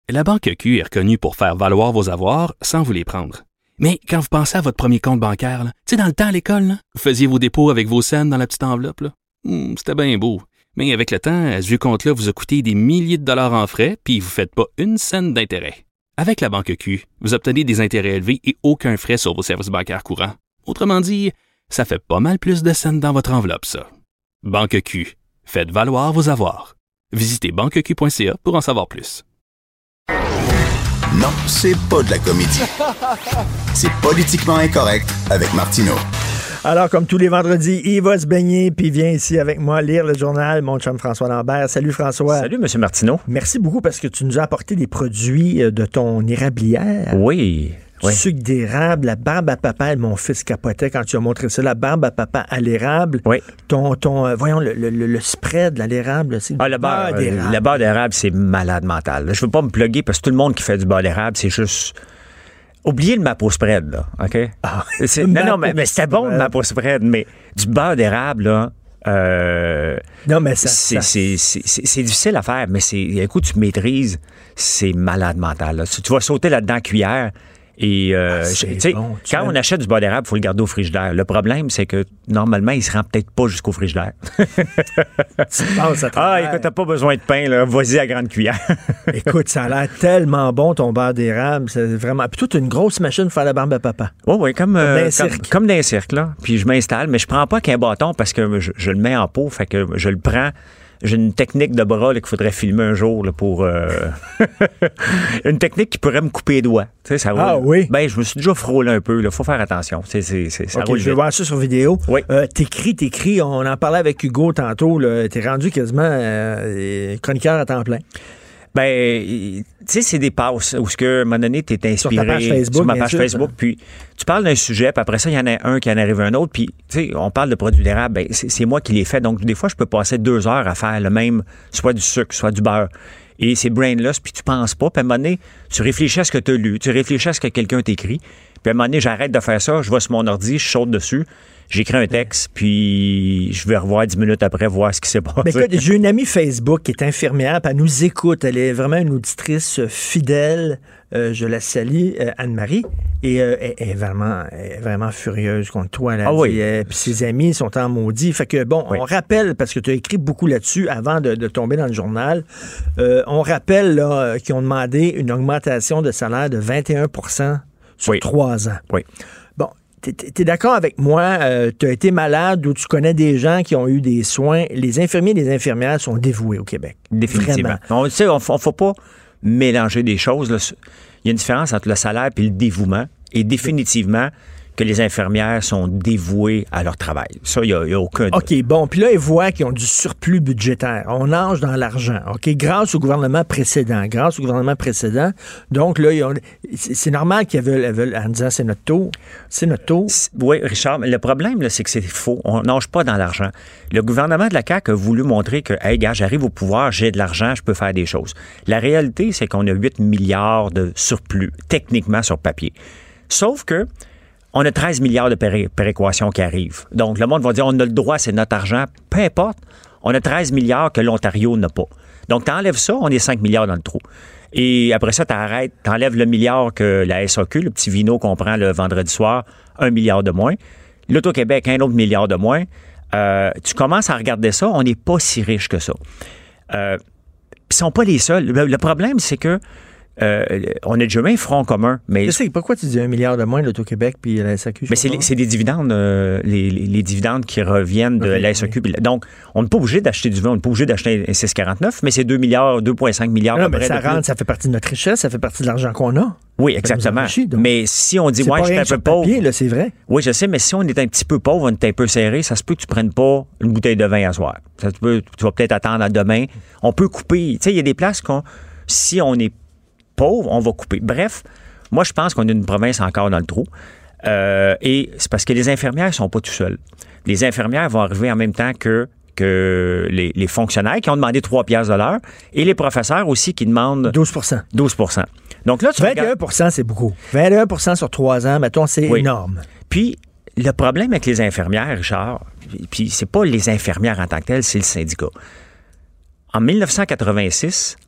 La Banque Q est reconnue pour faire valoir vos avoirs sans vous les prendre. Mais quand vous pensez à votre premier compte bancaire, tu sais, dans le temps à l'école, là, vous faisiez vos dépôts avec vos scènes dans la petite enveloppe. Là. C'était bien beau. Mais avec le temps, ce vieux compte-là vous a coûté des milliers de dollars en frais, puis vous ne faites pas une scène d'intérêt. Avec la Banque Q, vous obtenez des intérêts élevés et aucun frais sur vos services bancaires courants. Autrement dit, ça fait pas mal plus de scènes dans votre enveloppe, ça. Banque Q. Faites valoir vos avoirs. Visitez banqueq.ca pour en savoir plus. Non, c'est pas de la comédie. C'est Politiquement incorrect avec Martineau. Alors, comme tous les vendredis, il va se baigner puis vient ici avec moi lire le journal, mon chum François Lambert. Salut François. Salut M. Martineau. Merci beaucoup parce que tu nous as apporté des produits de ton érablière. Oui. Du sucre d'érable, la barbe à papa. Mon fils capotait quand tu as montré ça, la barbe à papa à l'érable. Oui. Voyons, le spread à l'érable. C'est le beurre d'érable. Le beurre d'érable, c'est malade mental. Là, je veux pas me plugger parce que tout le monde qui fait du beurre d'érable, c'est juste... Oubliez le Mapo Spread, là, OK? Non, mais c'était bon, le Mapo Spread, mais du beurre d'érable, là... non, mais c'est difficile à faire, mais un coup, tu maîtrises, c'est malade mental. Là. Tu vas sauter là-dedans à cuillère. Et quand on achète du beurre d'érable, il faut le garder au frigidaire. Le problème, c'est que normalement, il se rend peut-être pas jusqu'au frigidaire. Écoute, t'as pas besoin de pain, là. Vas-y à grande cuillère. Écoute, ça a l'air tellement bon, ton beurre d'érable. C'est vraiment. Puis toi, t'as une grosse machine pour faire la barbe à papa. Oui, comme dans un cirque, là. Puis je m'installe, mais je prends pas qu'un bâton parce que je le mets en pot, fait que je le prends. J'ai une technique de bras là, qu'il faudrait filmer un jour là, pour... une technique qui pourrait me couper les doigts. Tu sais, ça roule. Oui? Ben, je me suis déjà frôlé un peu. Il faut faire attention. Ça roule je vais voir ça sur vidéo. Oui. T'écris. On en parlait avec Hugo tantôt. T'es rendu quasiment chroniqueur à temps plein. Ben, tu sais, c'est des passes où, à un moment donné, tu es inspiré sur ma page Facebook, puis tu parles d'un sujet, puis après ça, il y en a un qui en arrive un autre, puis, tu sais, on parle de produits d'érable, ben, c'est moi qui les fais. Donc, des fois, je peux passer 2 heures à faire le même, soit du sucre, soit du beurre. Et c'est brainless, puis tu penses pas, puis à un moment donné, tu réfléchis à ce que tu as lu, tu réfléchis à ce que quelqu'un t'écrit, puis à un moment donné, j'arrête de faire ça, je vais sur mon ordi, je saute dessus, j'écris un texte, puis je vais revoir 10 minutes après, voir ce qui s'est passé. Mais écoute, j'ai une amie Facebook qui est infirmière, puis elle nous écoute. Elle est vraiment une auditrice fidèle. Je la salue, Anne-Marie. Et elle est vraiment furieuse contre toi. Puis ses amis sont en maudit. Fait que, on rappelle, parce que tu as écrit beaucoup là-dessus avant de tomber dans le journal, on rappelle là, qu'ils ont demandé une augmentation de salaire de 21% sur 3 ans. Oui. Bon. T'es d'accord avec moi? Tu as été malade ou tu connais des gens qui ont eu des soins. Les infirmiers et les infirmières sont dévoués au Québec. Définitivement. On ne faut pas mélanger des choses. Là. Il y a une différence entre le salaire et le dévouement. Et définitivement, que les infirmières sont dévouées à leur travail. Ça, il n'y a aucun doute. OK, bon. Puis là, ils voient qu'ils ont du surplus budgétaire. On nage dans l'argent, OK? Grâce au gouvernement précédent. Donc, là, c'est normal qu'ils veulent en disant c'est notre tour. C'est notre tour. Oui, Richard, mais le problème, là, c'est que c'est faux. On nage pas dans l'argent. Le gouvernement de la CAQ a voulu montrer que, hey, gars, j'arrive au pouvoir, j'ai de l'argent, je peux faire des choses. La réalité, c'est qu'on a 8 milliards de surplus, techniquement, sur papier. Sauf que on a 13 milliards de péréquations qui arrivent. Donc, le monde va dire, on a le droit, c'est notre argent. Peu importe, on a 13 milliards que l'Ontario n'a pas. Donc, t'enlèves ça, on est 5 milliards dans le trou. Et après ça, t'enlèves le milliard que la SAQ, le petit vino qu'on prend le vendredi soir, 1 milliard de moins. L'Auto-Québec, 1 autre milliard de moins. Tu commences à regarder ça, on n'est pas si riche que ça. Puis, ils sont pas les seuls. Le problème, c'est que on a déjà un front commun. Mais je sais, pourquoi tu dis 1 milliard de moins de l'Auto-Québec puis la SAQ? Mais c'est des dividendes, les dividendes qui reviennent de la SAQ. Oui. Donc, on n'est pas obligé d'acheter du vin, on n'est pas obligé d'acheter un 6,49, mais c'est 2,5 milliards. Non, mais ça fait partie de notre richesse, ça fait partie de l'argent qu'on a. Oui, exactement. Mais si on dit, moi, je suis un peu pauvre. Papier, là, c'est vrai. Oui, je sais, mais si on est un petit peu pauvre, on est un peu serré, ça se peut que tu prennes pas une bouteille de vin à soir. Tu vas peut-être attendre à demain. On peut couper. Tu sais, il y a des places si on est pauvre, on va couper. Bref, moi, je pense qu'on a une province encore dans le trou. Et c'est parce que les infirmières ne sont pas tout seules. Les infirmières vont arriver en même temps que les fonctionnaires qui ont demandé 3 piastres de l'heure et les professeurs aussi qui demandent 12%. Donc là, 21%, c'est beaucoup. 21% sur 3 ans, mettons, c'est énorme. Puis, le problème avec les infirmières, Richard, puis c'est pas les infirmières en tant que telles, c'est le syndicat. En 1986,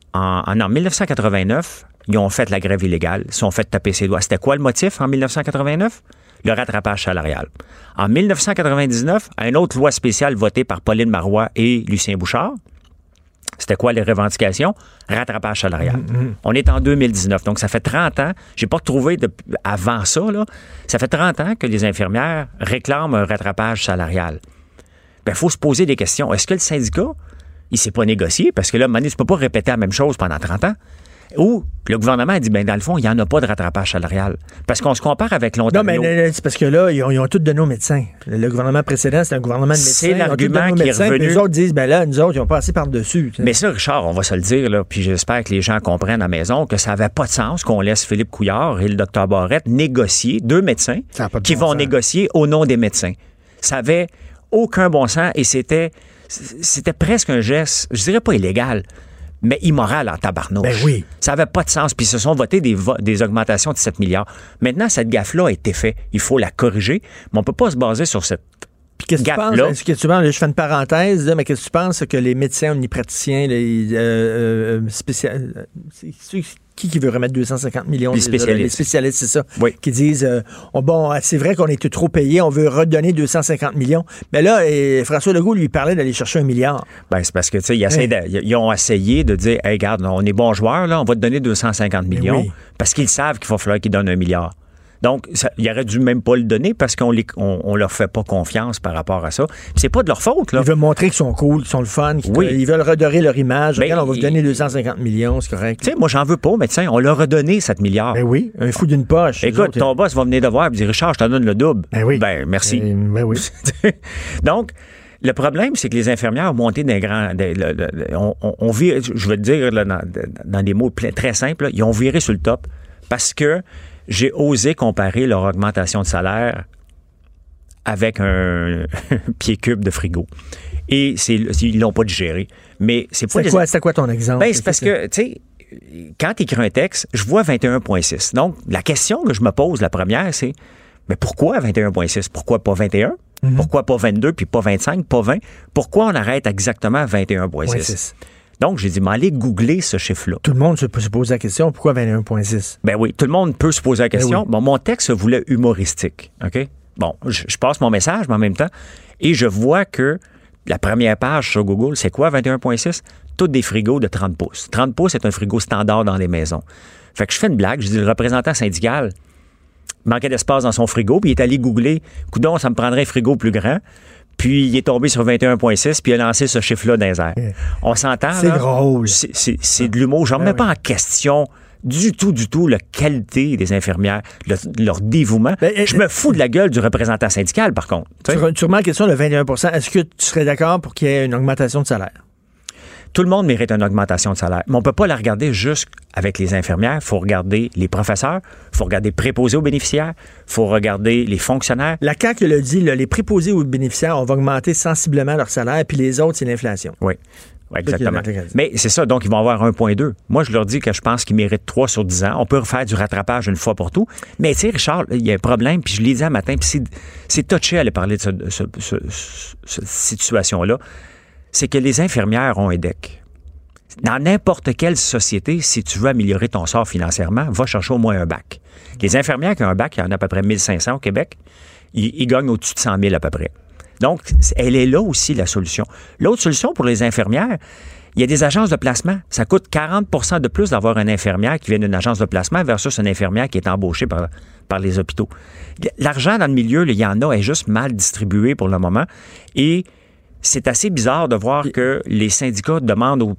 en 1989, ils ont fait la grève illégale, ils se sont fait taper ses doigts. C'était quoi le motif en 1989? Le rattrapage salarial. En 1999, une autre loi spéciale votée par Pauline Marois et Lucien Bouchard. C'était quoi les revendications? Rattrapage salarial. On est en 2019, donc ça fait 30 ans. J'ai pas retrouvé avant ça, là. Ça fait 30 ans que les infirmières réclament un rattrapage salarial. Il faut se poser des questions. Est-ce que le syndicat, il s'est pas négocié? Parce que là, à un moment donné, tu peux pas répéter la même chose pendant 30 ans. Ou le gouvernement a dit, dans le fond, il n'y en a pas de rattrapage salarial. Parce qu'on se compare avec l'Ontario. Non, mais c'est parce que là, ils ont tous donné aux médecins. Le gouvernement précédent, c'était un gouvernement de médecins. C'est l'argument qui est revenu. Les autres disent, là, nous autres, ils ont passé par-dessus. Mais ça, Richard, on va se le dire, là, puis j'espère que les gens comprennent à la maison que ça n'avait pas de sens qu'on laisse Philippe Couillard et le Dr Barrette négocier, deux médecins qui vont négocier au nom des médecins. Ça n'avait aucun bon sens et c'était presque un geste, je dirais pas illégal, mais immoral en tabarnouche. Ben oui. Ça n'avait pas de sens. Puis ils se sont votés des augmentations de 7 milliards. Maintenant, cette gaffe-là a été faite. Il faut la corriger, mais on ne peut pas se baser sur cette qu'est-ce que tu penses? Est-ce que tu penses, je fais une parenthèse, là, mais qu'est-ce que tu penses que les médecins omnipraticiens, les qui veut remettre 250 millions? Les spécialistes. Les spécialistes, c'est ça. Oui. Qui disent, c'est vrai qu'on était trop payé, on veut redonner 250 millions. Mais là, François Legault lui parlait d'aller chercher 1 milliard. Ben, c'est parce que, tu sais, ils ont essayé de dire, hey, regarde, on est bons joueurs, là, on va te donner 250 millions. Oui. Parce qu'ils savent qu'il va falloir qu'ils donnent 1 milliard. Donc, il aurait dû même pas le donner parce qu'on leur fait pas confiance par rapport à ça. Puis c'est pas de leur faute, là. Ils veulent montrer qu'ils sont cool, qu'ils sont le fun, ils veulent redorer leur image. Regarde, on va vous donner 250 millions, c'est correct. Tu sais, moi, j'en veux pas, mais tiens, on leur a donné 7 milliards. Ben oui, un fou d'une poche. Écoute, ton boss va venir te voir et dire, Richard, je te donne le double. Ben oui. Ben, merci. Ben oui. Donc, le problème, c'est que les infirmières ont monté des grands... on vire, je vais te dire, là, dans des mots très simples, là, ils ont viré sur le top parce que j'ai osé comparer leur augmentation de salaire avec un pied cube de frigo. Et ils l'ont pas digéré. Mais c'est pas... C'était quoi ton exemple? Ben, c'est parce que, tu sais, quand tu écris un texte, je vois 21,6. Donc, la question que je me pose, la première, c'est, mais pourquoi 21,6? Pourquoi pas 21? Mm-hmm. Pourquoi pas 22, puis pas 25, pas 20? Pourquoi on arrête exactement à 21,6? Donc, j'ai dit, mais allez googler ce chiffre-là. Tout le monde se pose la question, pourquoi 21,6? Ben oui, tout le monde peut se poser la question. Ben oui. Bon, mon texte se voulait humoristique, OK? Bon, je passe mon message, mais en même temps, et je vois que la première page sur Google, c'est quoi, 21,6? Tous des frigos de 30 pouces. 30 pouces, c'est un frigo standard dans les maisons. Fait que je fais une blague, je dis, le représentant syndical manquait d'espace dans son frigo, puis il est allé googler, coudonc, ça me prendrait un frigo plus grand. Puis, il est tombé sur 21,6, puis il a lancé ce chiffre-là dans les airs. On s'entend, là? C'est drôle. C'est de l'humour. Je ne remets pas en question du tout la qualité des infirmières, leur dévouement. Je me fous de la gueule du représentant syndical, par contre. Tu remets en question le 21 %. Est-ce que tu serais d'accord pour qu'il y ait une augmentation de salaire? Tout le monde mérite une augmentation de salaire. Mais on ne peut pas la regarder juste avec les infirmières. Il faut regarder les professeurs, il faut regarder les préposés aux bénéficiaires, il faut regarder les fonctionnaires. La CAQ l'a dit, là, les préposés aux bénéficiaires, on va augmenter sensiblement leur salaire, puis les autres, c'est l'inflation. Oui. Oui, exactement. Mais c'est ça, donc ils vont avoir 1,2. Moi, je leur dis que je pense qu'ils méritent 3 sur 10 ans. On peut refaire du rattrapage une fois pour tout. Mais tu sais, Richard, il y a un problème, puis je l'ai dit un matin, puis c'est touché à aller parler de cette situation-là. C'est que les infirmières ont un DEC. Dans n'importe quelle société, si tu veux améliorer ton sort financièrement, va chercher au moins un bac. Les infirmières qui ont un bac, il y en a à peu près 1500 au Québec, ils gagnent au-dessus de 100 000 à peu près. Donc, elle est là aussi, la solution. L'autre solution pour les infirmières, il y a des agences de placement. Ça coûte 40 % de plus d'avoir une infirmière qui vient d'une agence de placement versus une infirmière qui est embauchée par les hôpitaux. L'argent dans le milieu, il y en a, est juste mal distribué pour le moment. Et c'est assez bizarre de voir que les syndicats demandent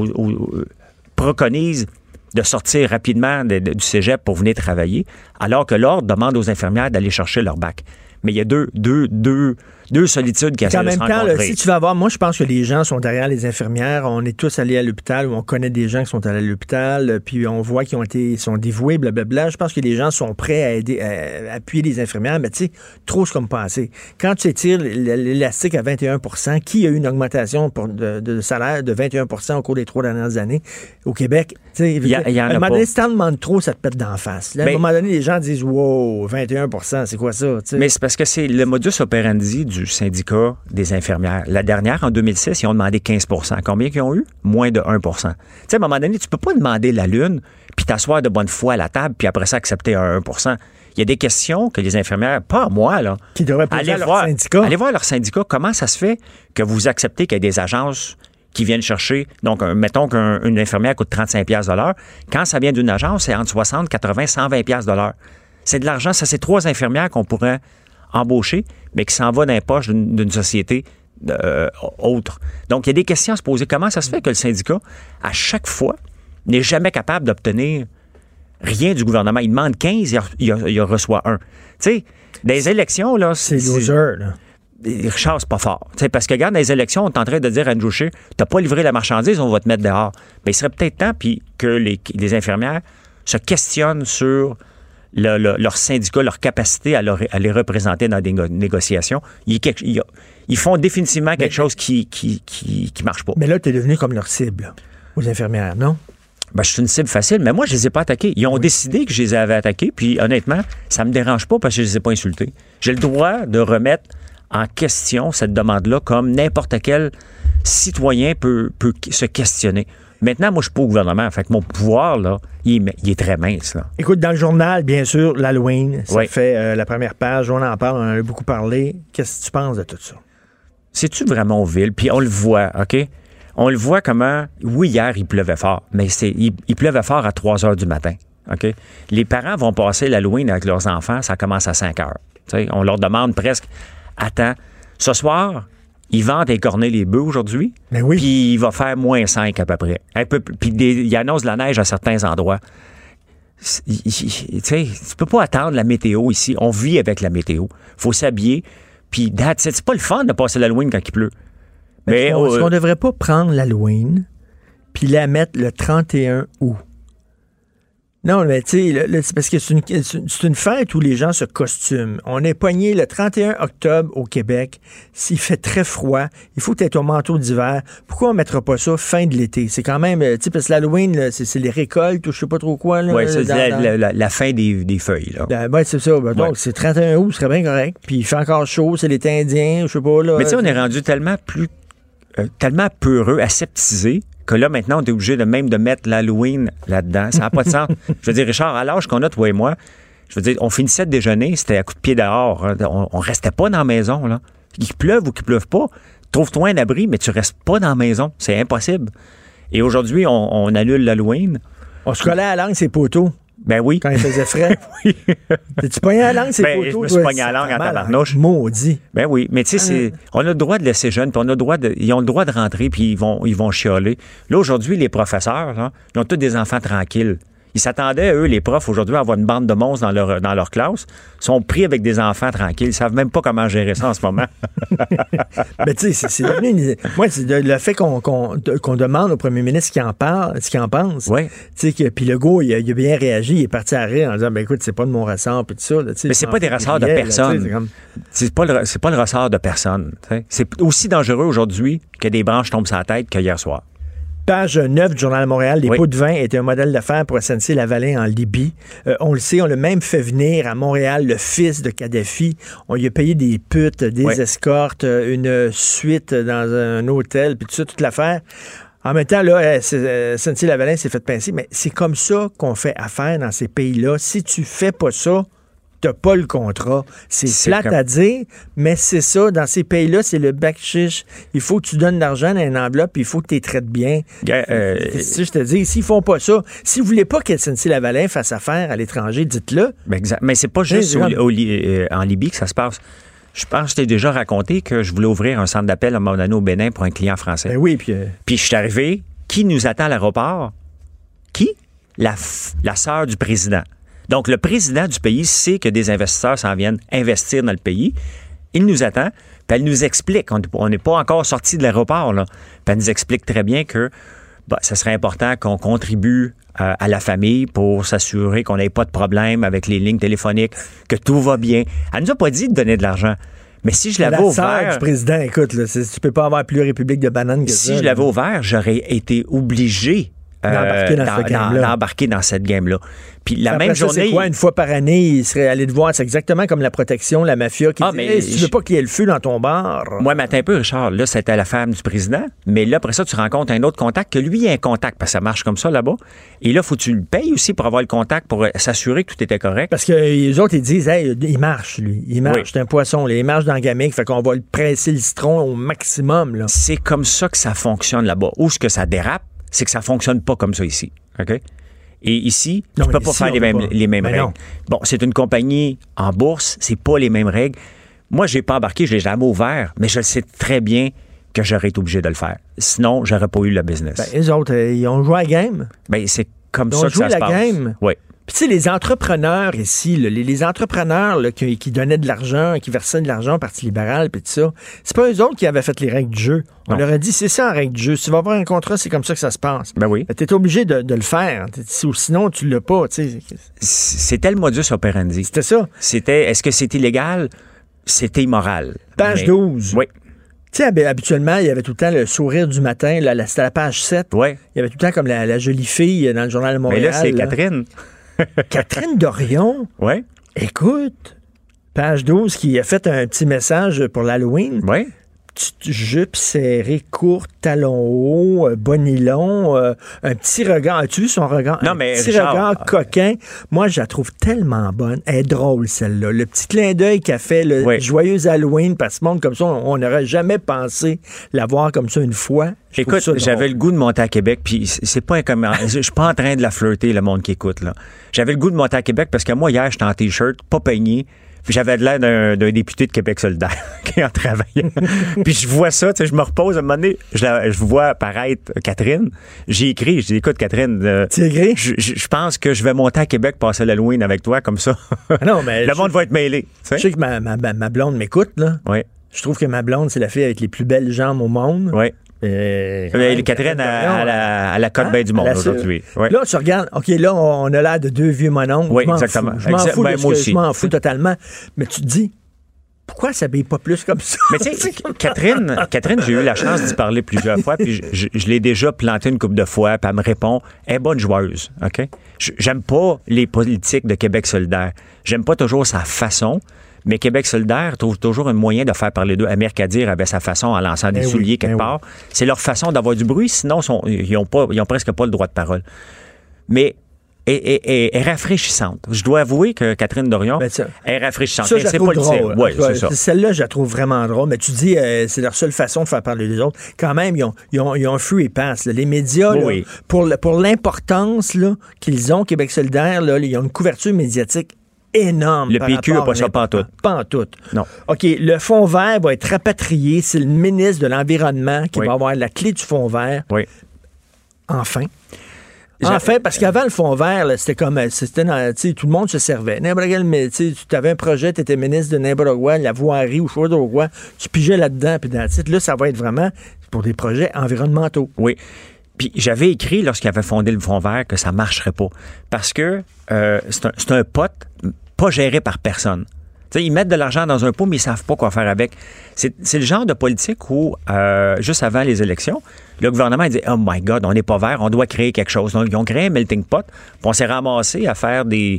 préconisent de sortir rapidement du cégep pour venir travailler, alors que l'ordre demande aux infirmières d'aller chercher leur bac. Mais il y a deux solitudes qui essaient de se rencontrer. En même temps, si tu vas voir, moi, je pense que les gens sont derrière les infirmières. On est tous allés à l'hôpital ou on connaît des gens qui sont allés à l'hôpital, puis on voit qu'ils sont dévoués, blablabla. Je pense que les gens sont prêts à aider, à appuyer les infirmières, mais tu sais, trop, c'est comme passer. Quand tu étires l'élastique à 21 %, qui a eu une augmentation de salaire de 21 % au cours des 3 dernières années au Québec? Il y en a à un moment donné, si t'en demandes trop, ça te pète d'en face. Là, à un moment donné, les gens disent, wow, 21 %, c'est quoi ça? T'sais? Mais c'est parce que c'est le modus operandi du syndicat des infirmières. La dernière, en 2006, ils ont demandé 15 %. Combien qu'ils ont eu? Moins de 1 %. Tu sais, à un moment donné, tu peux pas demander la lune, puis t'asseoir de bonne foi à la table, puis après ça, accepter un 1 %. Il y a des questions que les infirmières, pas à moi, là, qui devraient poser à leur syndicat. Allez voir leur syndicat. Comment ça se fait que vous acceptez qu'il y ait des agences qui viennent chercher, donc mettons qu'une infirmière coûte 35 $ de l'heure. Quand ça vient d'une agence, c'est entre 60, 80, 120 $ de l'heure. C'est de l'argent. Ça, c'est 3 infirmières qu'on pourrait embaucher, mais qui s'en va dans les poches d'une société autre. Donc, il y a des questions à se poser. Comment ça se fait que le syndicat, à chaque fois, n'est jamais capable d'obtenir rien du gouvernement? Il demande 15, il reçoit 1. Tu sais, dans les élections, là... C'est loser, là. Richard, c'est pas fort. T'sais, parce que, regarde, dans les élections, on est en train de dire à Andrew Scheer, t'as pas livré la marchandise, on va te mettre dehors. Bien, il serait peut-être temps que les infirmières se questionnent sur leur syndicat, leur capacité à les représenter dans des négociations. Ils font définitivement quelque chose qui marche pas. Mais là, tu es devenu comme leur cible, aux infirmières, non? Ben, je suis une cible facile, mais moi, je les ai pas attaqués. Ils ont décidé que je les avais attaqués, puis honnêtement, ça me dérange pas parce que je les ai pas insultés. J'ai le droit de remettre en question cette demande-là comme n'importe quel citoyen peut se questionner. Maintenant, moi, je suis pas au gouvernement. Fait que mon pouvoir, là, il est très mince, là. Écoute, dans le journal, bien sûr, l'Halloween, ça fait la première page. On en parle, on en a beaucoup parlé. Qu'est-ce que tu penses de tout ça? C'est-tu vraiment vil? Puis on le voit, OK? On le voit comment... Oui, hier, il pleuvait fort, mais il pleuvait fort à 3 heures du matin, OK? Les parents vont passer l'Halloween avec leurs enfants, ça commence à 5 heures. T'sais, on leur demande presque... Attends, ce soir, ils vendent écorner les bœufs aujourd'hui, puis il va faire moins 5 à peu près. Puis il annonce de la neige à certains endroits. Tu sais, tu peux pas attendre la météo ici. On vit avec la météo. Faut s'habiller, puis c'est pas le fun de passer l'Halloween quand il pleut. Mais est-ce qu'on devrait pas prendre l'Halloween puis la mettre le 31 août? Non, mais tu sais, c'est parce que c'est une fête où les gens se costument. On est pogné le 31 octobre au Québec. S'il fait très froid, il faut être au manteau d'hiver. Pourquoi on ne mettra pas ça fin de l'été? C'est quand même, tu sais, parce que l'Halloween, là, c'est les récoltes ou je sais pas trop quoi. Oui, c'est la fin des feuilles. Ben, c'est ça. Ben, donc, c'est 31 août, ce serait bien correct. Puis il fait encore chaud, c'est l'été indien, je sais pas. Là, mais tu sais, on est rendu tellement peureux, aseptisé, que là, maintenant, on est obligé de mettre l'Halloween là-dedans. Ça n'a pas de sens. Je veux dire, Richard, à l'âge qu'on a, toi et moi, je veux dire, on finissait le déjeuner, c'était à coup de pied dehors. Hein. On restait pas dans la maison, là. Qu'il pleuve ou qu'il pleuve pas, trouve-toi un abri, mais tu restes pas dans la maison. C'est impossible. Et aujourd'hui, on annule l'Halloween. On se collait à la langue, ces poteaux. Ben oui. Quand il faisait frais. Oui. T'es-tu pogné à la langue, ces poteaux? Je me suis pogné à la langue en tabarnouche. Maudit. Ben oui. Mais tu sais, on a le droit de laisser jeunes, puis ils ont le droit de rentrer, puis ils vont chialer. Là, aujourd'hui, les professeurs, là, ils ont tous des enfants tranquilles. Ils s'attendaient, eux, les profs, aujourd'hui, à avoir une bande de monstres dans leur classe. Ils sont pris avec des enfants tranquilles. Ils savent même pas comment gérer ça en ce moment. Mais tu sais, c'est devenu... Moi, c'est le fait qu'on demande au premier ministre ce qu'il en pense. Oui. Tu sais, puis Legault, il a bien réagi. Il est parti à rire en disant, ben écoute, c'est pas de mon ressort, puis tout ça. Là, mais c'est pas des ressorts de personne. C'est pas le ressort de personne. T'sais. C'est aussi dangereux aujourd'hui que des branches tombent sur la tête qu'hier soir. Page 9 du Journal de Montréal, les pots de vin étaient un modèle d'affaires pour SNC-Lavalin en Libye. On le sait, on l'a même fait venir à Montréal le fils de Kadhafi. On lui a payé des putes, des escortes, une suite dans un hôtel, puis tout ça, toute l'affaire. En même temps, là, SNC-Lavalin s'est fait pincer, mais c'est comme ça qu'on fait affaire dans ces pays-là. Si tu fais pas ça, t'as pas le contrat. C'est plate à dire, mais c'est ça. Dans ces pays-là, c'est le bac-chiche. Il faut que tu donnes de l'argent dans une enveloppe, puis il faut que tu les traites bien. Si je te dis, s'ils font pas ça, si vous voulez pas que SNC-Lavalin fasse affaire à l'étranger, dites-le. Exact. Mais c'est pas juste en Libye que ça se passe. Je pense que je t'ai déjà raconté que je voulais ouvrir un centre d'appel à un moment donné au Bénin pour un client français. Ben oui, puis je suis arrivé. Qui nous attend à l'aéroport? Qui? La sœur du président. Donc, le président du pays sait que des investisseurs s'en viennent investir dans le pays. Il nous attend, puis elle nous explique. On n'est pas encore sorti de l'aéroport, là. Puis elle nous explique très bien que ça serait important qu'on contribue à la famille pour s'assurer qu'on n'ait pas de problème avec les lignes téléphoniques, que tout va bien. Elle nous a pas dit de donner de l'argent. Mais si je l'avais ouvert... La sœur du président, écoute, là, tu peux pas avoir plus République de bananes que ça. Si je l'avais ouvert, j'aurais été obligé d'embarquer dans cette game-là. Puis la après même ça, journée... c'est quoi, une fois par année, il serait allé te voir, c'est exactement comme la protection, la mafia qui dit, hey, si tu veux pas qu'il y ait le feu dans ton bar... Moi, matin un peu, Richard, là, c'était la femme du président, mais là, après ça, tu rencontres un autre contact, que lui, il a un contact, parce que ça marche comme ça là-bas. Et là, faut que tu le payes aussi pour avoir le contact, pour s'assurer que tout était correct. Parce que les autres, ils disent, hey, il marche, lui. Il marche, c'est un poisson, là, il marche dans la gamique, fait qu'on va le presser le citron au maximum, là. C'est comme ça que ça fonctionne là-bas. Où ce que ça dérape, c'est que ça fonctionne pas comme ça ici. OK? Et ici, tu peux pas faire les mêmes règles. Non. Bon, c'est une compagnie en bourse, c'est pas les mêmes règles. Moi, j'ai pas embarqué, je l'ai jamais ouvert, mais je le sais très bien que j'aurais été obligé de le faire. Sinon, j'aurais pas eu le business. Ben, les autres, ils ont joué à la game. Ben, c'est comme ça que ça se passe. Ils ont joué la game. Oui. Puis tu sais, les entrepreneurs ici, là, les entrepreneurs là, qui donnaient de l'argent, qui versaient de l'argent au Parti libéral, puis tout ça, c'est pas eux autres qui avaient fait les règles du jeu. On leur a dit, c'est ça, en règle du jeu. Si tu vas avoir un contrat, c'est comme ça que ça se passe. Ben oui. T'es obligé de le faire. Sinon, tu l'as pas. T'sais. C'était le modus operandi. C'était ça. Est-ce que c'était illégal? C'était immoral. Page 12. Oui. Tu sais, habituellement, il y avait tout le temps le sourire du matin. C'était la page 7. Oui. Il y avait tout le temps comme la jolie fille dans le Journal de Montréal. Mais là, c'est Catherine. Catherine Dorion? Oui. Écoute, page 12, qui a fait un petit message pour l'Halloween. Oui. Jupe serrée, courte, talons hauts, bonilon, un petit regard. As-tu vu son regard? Non, mais petit Richard, regard coquin. Moi, je la trouve tellement bonne. Elle est drôle, celle-là. Le petit clin d'œil qu'elle fait, le joyeux Halloween, parce que ce monde comme ça, on n'aurait jamais pensé la voir comme ça une fois. Écoute, j'avais le goût de monter à Québec, puis c'est pas je suis pas en train de la flirter, le monde qui écoute, là. J'avais le goût de monter à Québec parce que moi, hier, j'étais en T-shirt, pas peigné. Puis j'avais l'air d'un député de Québec solidaire qui en travaillait. Puis je vois ça, tu sais, je me repose à un moment donné, je vois apparaître Catherine. J'ai écrit, je dis, écoute, Catherine, tu écris? Je pense que je vais monter à Québec passer l'Halloween avec toi, comme ça. Non, mais le monde va être mêlé. Je sais que ma blonde m'écoute, là. Oui. Je trouve que ma blonde, c'est la fille avec les plus belles jambes au monde. Oui. Catherine à la côte baie du monde aujourd'hui. Ouais. Là, tu regardes, OK, là, on a l'air de deux vieux mononcles. Oui, exactement. Je m'en fous, moi aussi. Je m'en fous totalement. Mais tu te dis, pourquoi elle s'habille pas plus comme ça? Mais tu sais, Catherine, j'ai eu la chance d'y parler plusieurs fois, puis je l'ai déjà planté une couple de fois, puis elle me répond, elle est bonne joueuse, OK? J'aime pas les politiques de Québec solidaire. J'aime pas toujours sa façon. Mais Québec solidaire trouve toujours un moyen de faire parler d'eux. Amir Kadir avait sa façon en lançant des souliers quelque part. Oui. C'est leur façon d'avoir du bruit, sinon ils ont presque pas le droit de parole. Mais elle est rafraîchissante. Je dois avouer que Catherine Dorion est rafraîchissante. Ça, c'est pas drôle. Oui, c'est ça. Celle-là, je la trouve vraiment drôle. Mais tu dis, c'est leur seule façon de faire parler des autres. Quand même, ils ont un free pass. Là. Les médias, là, pour l'importance là, qu'ils ont, Québec solidaire, là, ils ont une couverture médiatique énorme. Le PQ n'a pas ça pantoute. Pantoute. Non. OK, le fonds vert va être rapatrié. C'est le ministre de l'Environnement qui va avoir la clé du fonds vert. Oui. Enfin, parce qu'avant, le fonds vert, là, c'était comme, tout le monde se servait. Tu avais un projet, tu étais ministre de n'importe quoi, la voirie ou chose de quoi, tu pigeais là-dedans, puis là, ça va être vraiment pour des projets environnementaux. Oui. Puis j'avais écrit, lorsqu'il avait fondé le fonds vert, que ça marcherait pas. Parce que c'est un pot pas géré par personne. T'sais, ils mettent de l'argent dans un pot, mais ils savent pas quoi faire avec. C'est le genre de politique où, juste avant les élections, le gouvernement a dit « Oh my God, on n'est pas vert, on doit créer quelque chose. » Donc, ils ont créé un melting pot, puis on s'est ramassé à faire des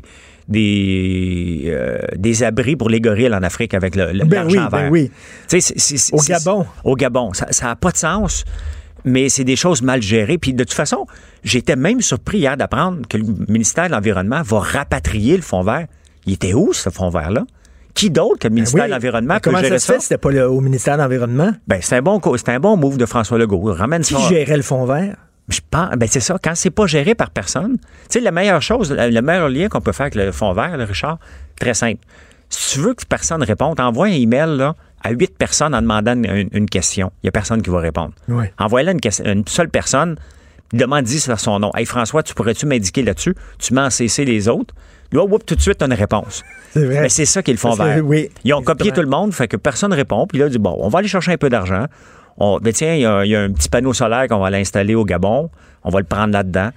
abris pour les gorilles en Afrique avec l'argent vert. Oui. Au Gabon. Au Gabon. Ça n'a pas de sens. Mais c'est des choses mal gérées. Puis de toute façon, j'étais même surpris hier d'apprendre que le ministère de l'Environnement va rapatrier le fonds vert. Il était où, ce fonds vert-là? Qui d'autre que le ministère de l'Environnement peut gérer ça? Comment ça se fait? C'était pas au ministère de l'Environnement? Ben, c'était un bon move de François Legault. Ramène Qui gérait le fonds vert? Je pense, c'est ça. Quand c'est pas géré par personne, tu sais, la meilleure chose, le meilleur lien qu'on peut faire avec le fonds vert, là, Richard, très simple. Si tu veux que personne réponde, envoie un email, là, à 8 personnes en demandant une question. Il n'y a personne qui va répondre. Oui. Envoie-la une seule personne, demande-y son nom. « Hey, François, tu pourrais-tu m'indiquer là-dessus? » Tu mets en CC les autres. Là, tout de suite, tu as une réponse. C'est vrai. Mais c'est ça qu'ils font vert. Oui, ils ont copié tout le monde, fait que personne ne répond. Puis là, ils disent, bon, on va aller chercher un peu d'argent. Tiens, il y a un petit panneau solaire qu'on va aller installer au Gabon. On va le prendre là-dedans.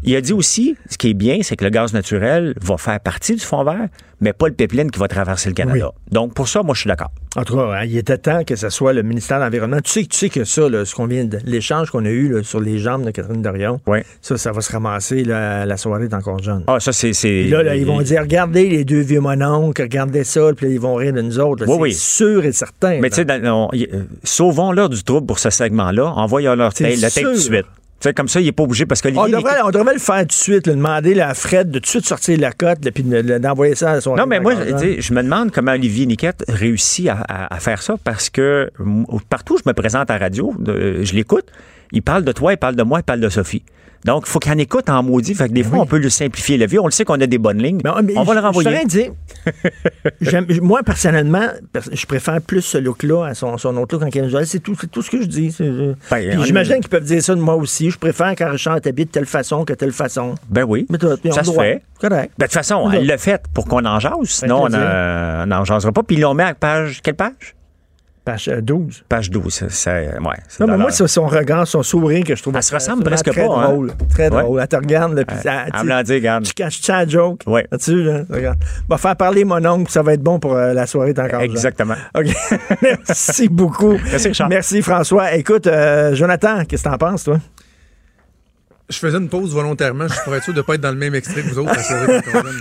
Il a dit aussi, ce qui est bien, c'est que le gaz naturel va faire partie du fonds vert, mais pas le pipeline qui va traverser le Canada. Oui. Donc, pour ça, moi, je suis d'accord. En tout cas, il était temps que ce soit le ministère de l'Environnement. Tu sais que ça, là, ce qu'on vient de l'échange qu'on a eu là, sur les jambes de Catherine Dorion, ça va se ramasser. Là, la soirée est encore jeune. Ah, ça, c'est... Là, ils vont dire, regardez les deux vieux mononcles, regardez ça, puis là, ils vont rire de nous autres. Là, c'est sûr et certain. Mais tu sais, sauvons-leur du trouble pour ce segment-là, envoyons-leur la tête tout de suite. T'sais, comme ça, il n'est pas obligé parce que on devrait le faire tout de suite, là, demander à Fred de tout de suite sortir de la cote puis d'envoyer ça à son... Non, mais moi, je me demande comment Olivier Niquette réussit à faire ça parce que partout où je me présente à la radio, je l'écoute, il parle de toi, il parle de moi, il parle de Sophie. Donc, il faut qu'il en écoute en maudit. Fait que des fois, on peut lui simplifier la vie. On le sait qu'on a des bonnes lignes. Mais on va le renvoyer. Je t'aurais dit, moi, personnellement, je préfère plus ce look-là à son autre look en Canada. C'est tout ce que je dis. J'imagine qu'ils peuvent dire ça de moi aussi. Je préfère quand Richard t'habite de telle façon que telle façon. Ben oui, ça se fait. Correct. Ben, de toute façon, elle l'a fait pour qu'on en jase. Sinon, on n'en jasera pas. Puis ils l'ont mis à quelle page? Page 12. Page 12, c'est non, mais moi, c'est son regard, son sourire que je trouve... Elle se ressemble presque très pas, drôle. Hein? Très drôle. Elle te regarde, là, puis elle me l'a dit, regarde. Tu caches ça à joke. Oui. Là-dessus, là, regarde. Va faire parler mon oncle, ça va être bon pour la soirée encore. Exactement. OK. Merci beaucoup. Merci, Richard. Merci, François. Écoute, Jonathan, qu'est-ce que t'en penses, toi? Je faisais une pause volontairement, je pourrais être sûr de ne pas être dans le même extrait que vous autres. La soirée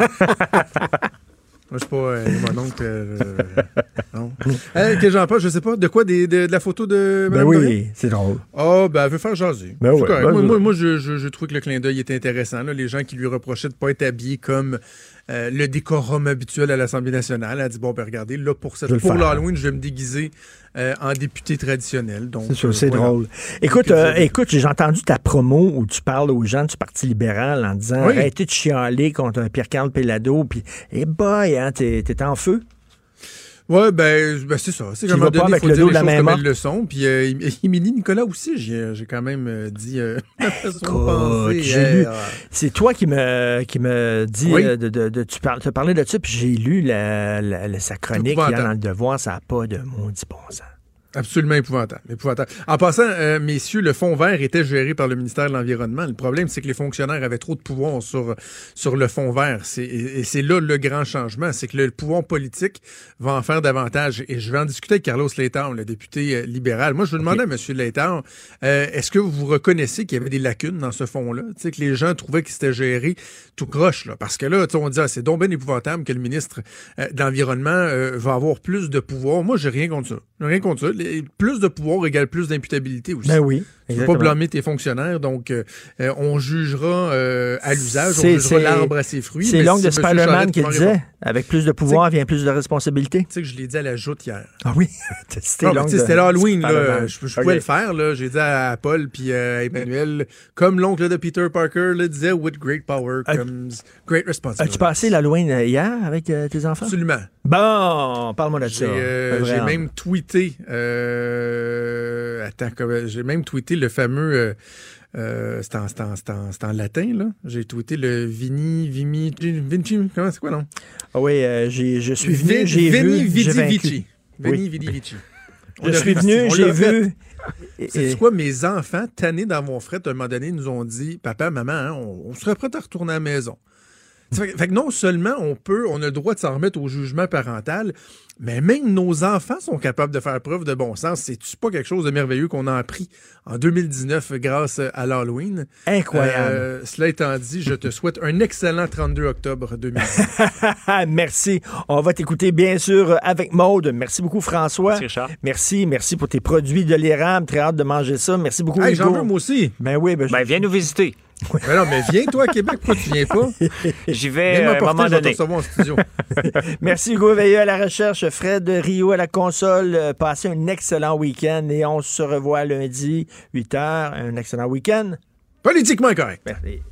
Moi, je suis pas mon oncle. Non. Que j'en parle, je sais pas. De quoi? De la photo de Mme oui, c'est drôle. Ah, elle veut faire jaser. Ben oui, moi, je trouve que le clin d'œil était intéressant. Là. Les gens qui lui reprochaient de ne pas être habillé comme le décorum habituel à l'Assemblée nationale. Elle a dit, bon, ben regardez, là, pour l'Halloween, je vais me déguiser en député traditionnel. Donc, c'est sûr, c'est drôle. Écoute, j'ai entendu ta promo où tu parles aux gens du Parti libéral en disant arrêtez de chialer contre Pierre-Carl Péladeau, puis boy, hein, t'es en feu. Oui, ben c'est ça. C'est comme donné, il faut dire les choses comme elles le sont. Puis Émilie Nicolas aussi, j'ai quand même dit c'est toi qui me dit tu parlais de ça, puis j'ai lu sa chronique hier dans Le Devoir, ça n'a pas de maudit bon sens. Absolument épouvantable. En passant, messieurs, le fonds vert était géré par le ministère de l'Environnement. Le problème, c'est que les fonctionnaires avaient trop de pouvoir sur le fonds vert. Et c'est là le grand changement. C'est que le pouvoir politique va en faire davantage. Et je vais en discuter avec Carlos Letao, le député libéral. Moi, je veux demander à M. Letao, est-ce que vous reconnaissez qu'il y avait des lacunes dans ce fonds-là? Tu sais, que les gens trouvaient qu'il s'était géré tout croche, là. Parce que là, on dit, c'est donc bien épouvantable que le ministre de l'Environnement va avoir plus de pouvoir. Moi, j'ai rien contre ça. Plus de pouvoir égale plus d'imputabilité aussi. Ben oui. Tu ne peux pas blâmer tes fonctionnaires, donc on jugera à l'usage, on jugera l'arbre à ses fruits. C'est l'oncle de Spider-Man qui le disait. Avec plus de pouvoir vient plus de responsabilité. Tu sais que je l'ai dit à la joute hier. Ah oui? C'était l'Halloween, là. Je pouvais le faire, là. J'ai dit à Paul puis à Emmanuel, comme l'oncle de Peter Parker le disait, with great power comes great responsibility. As-tu passé l'Halloween hier avec tes enfants? Absolument. Bon, parle-moi de ça. J'ai même tweeté j'ai même tweeté le fameux c'est en latin, là. J'ai tweeté le Vinci, comment c'est quoi, non? Ah oui, je suis venu, j'ai vu, Veni Vidi Vici. Veni Vidi Vici. Je suis venu, j'ai vu. C'est quoi, mes enfants, tannés dans mon fret, à un moment donné, nous ont dit, papa, maman, hein, on serait prêt à retourner à la maison. Fait que non seulement on a le droit de s'en remettre au jugement parental, mais même nos enfants sont capables de faire preuve de bon sens. C'est-tu pas quelque chose de merveilleux qu'on a appris en 2019 grâce à l'Halloween? Incroyable. Cela étant dit, je te souhaite un excellent 32 octobre 2019. Merci. On va t'écouter, bien sûr, avec Maude. Merci beaucoup, François. Merci, Richard. Merci pour tes produits de l'érable. Très hâte de manger ça. Merci beaucoup, Hugo. J'en veux, moi aussi. Ben oui. Viens nous visiter. Mais non, mais viens, toi, à Québec. Pourquoi tu viens pas? J'y vais à un moment donné. En studio. Merci, Hugo Veilleux à la recherche, Fred Rio à la console. Passez un excellent week-end et on se revoit lundi, 8h. Un excellent week-end. Politiquement correct. Merci.